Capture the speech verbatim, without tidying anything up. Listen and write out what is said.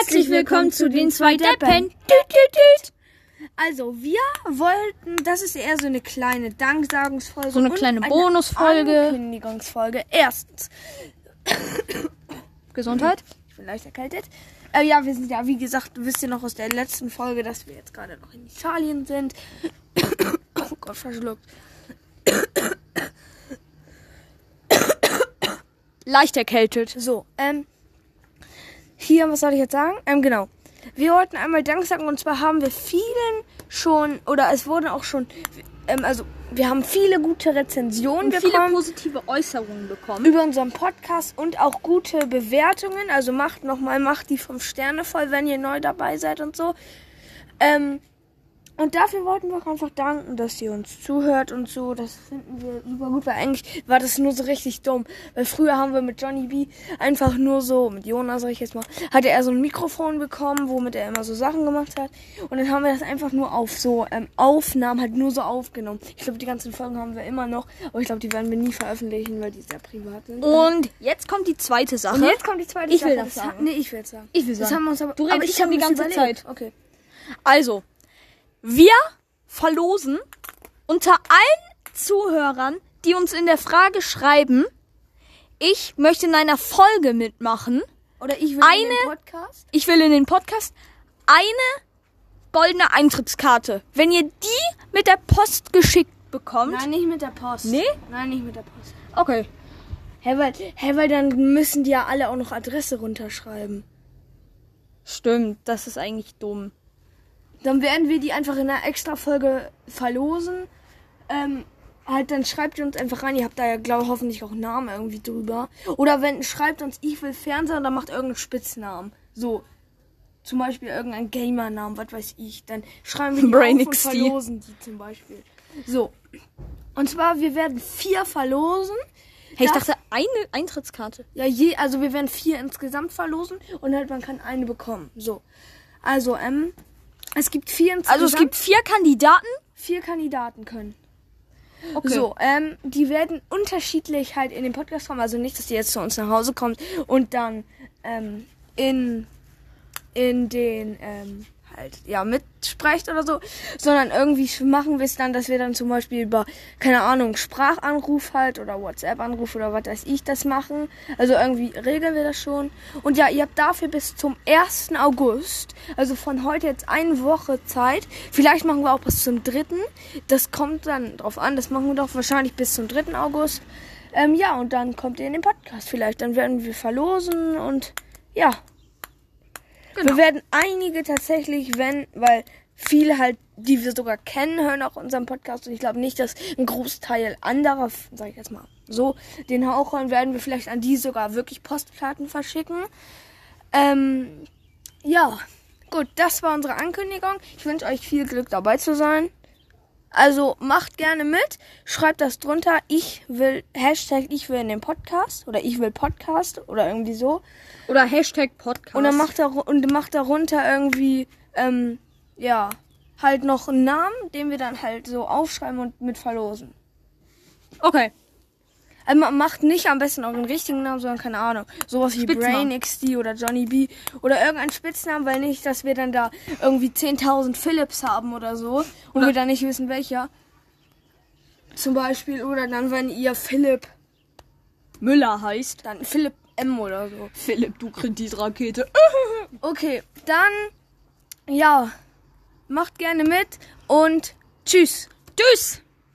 Herzlich willkommen zu den zwei Deppen. Düt, düt, düt. Also, wir wollten, das ist eher so eine kleine Danksagungsfolge. So eine kleine Bonusfolge. Eine Ankündigungsfolge. Erstens. Gesundheit. Ich bin leicht erkältet. Äh, ja, wir sind ja, wie gesagt, wisst ihr noch aus der letzten Folge, dass wir jetzt gerade noch in Italien sind. Oh Gott, verschluckt. Leicht erkältet. So, ähm, hier, was soll ich jetzt sagen? Ähm, genau. Wir wollten einmal Dank sagen, und zwar haben wir vielen schon, oder es wurden auch schon, ähm, also wir haben viele gute Rezensionen und bekommen. Viele positive Äußerungen bekommen. Über unseren Podcast und auch gute Bewertungen. Also macht nochmal, macht die fünf Sterne voll, wenn ihr neu dabei seid und so. Ähm, und dafür wollten wir auch einfach danken, dass ihr uns zuhört und so. Das finden wir super gut, weil eigentlich war das nur so richtig dumm. Weil früher haben wir mit Johnny B einfach nur so, mit Jonas sag ich jetzt mal, hatte er so ein Mikrofon bekommen, womit er immer so Sachen gemacht hat. Und dann haben wir das einfach nur auf so ähm, Aufnahmen halt nur so aufgenommen. Ich glaube, die ganzen Folgen haben wir immer noch, aber ich glaube, die werden wir nie veröffentlichen, weil die sehr privat sind. Und jetzt kommt die zweite Sache. Und jetzt kommt die zweite ich Sache. will das sagen. Nee, ich will es sagen. Ich will sagen. Das haben wir uns aber, du redest aber ich schon hab die mir ganze überlegt. Zeit. Okay. Also, wir verlosen unter allen Zuhörern, die uns in der Frage schreiben, ich möchte in einer Folge mitmachen. Oder ich will eine, in den Podcast. Ich will in den Podcast eine goldene Eintrittskarte. Wenn ihr die mit der Post geschickt bekommt. Nein, nicht mit der Post. Nee? Nein, nicht mit der Post. Okay. Hä, weil, hä, weil dann müssen die ja alle auch noch Adresse runterschreiben. Stimmt, das ist eigentlich dumm. Dann werden wir die einfach in einer extra Folge verlosen. Ähm, halt, dann schreibt ihr uns einfach rein. Ihr habt da ja, glaube ich, hoffentlich auch Namen irgendwie drüber. Oder wenn, schreibt uns, ich will Fernseher, und dann macht irgendeinen Spitznamen. So, zum Beispiel irgendeinen Gamer-Namen, was weiß ich. Dann schreiben wir die Brain auf und X D. verlosen die zum Beispiel. So. Und zwar, wir werden vier verlosen. Hey, ich Das- dachte, eine Eintrittskarte. Ja, je, also wir werden vier insgesamt verlosen und halt man kann eine bekommen. So. Also, ähm, es gibt vier insgesamt. Also es gibt vier Kandidaten. vier Kandidaten können. Okay. So, ähm, die werden unterschiedlich halt in den Podcast kommen. Also nicht, dass die jetzt zu uns nach Hause kommt und dann ähm, in, in den ähm, halt, ja, mitsprecht oder so, sondern irgendwie machen wir es dann, dass wir dann zum Beispiel über, keine Ahnung, Sprachanruf halt oder WhatsApp-Anruf oder was weiß ich das machen. Also irgendwie regeln wir das schon. Und ja, ihr habt dafür bis zum ersten August, also von heute jetzt eine Woche Zeit. Vielleicht machen wir auch bis zum dritten. Das kommt dann drauf an, das machen wir doch wahrscheinlich bis zum dritten August. Ähm, ja, und dann kommt ihr in den Podcast vielleicht. Dann werden wir verlosen und ja. Genau. Wir werden einige tatsächlich, wenn, weil viele halt, die wir sogar kennen, hören auch unseren Podcast. Und ich glaube nicht, dass ein Großteil anderer, sag ich jetzt mal so, den auch hören, werden wir vielleicht an die sogar wirklich Postkarten verschicken. Ähm, ja, gut, das war unsere Ankündigung. Ich wünsche euch viel Glück dabei zu sein. Also macht gerne mit, schreibt das drunter. Ich will, Hashtag ich will in den Podcast oder ich will Podcast oder irgendwie so. Oder Hashtag Podcast. Und dann macht er und macht darunter irgendwie, ähm, ja, halt noch einen Namen, den wir dann halt so aufschreiben und mit verlosen. Okay. Also man macht nicht am besten euren richtigen Namen, sondern keine Ahnung, sowas wie Spitznamen. Brain X D oder Johnny B oder irgendein Spitznamen, weil nicht, dass wir dann da irgendwie zehntausend Philips haben oder so und Oder- wir dann nicht wissen welcher. Zum Beispiel, oder dann, wenn ihr Philipp, Müller heißt. dann Philipp M oder so. Philipp, du Kreditrakete. Okay, dann, ja, macht gerne mit und tschüss. Tschüss.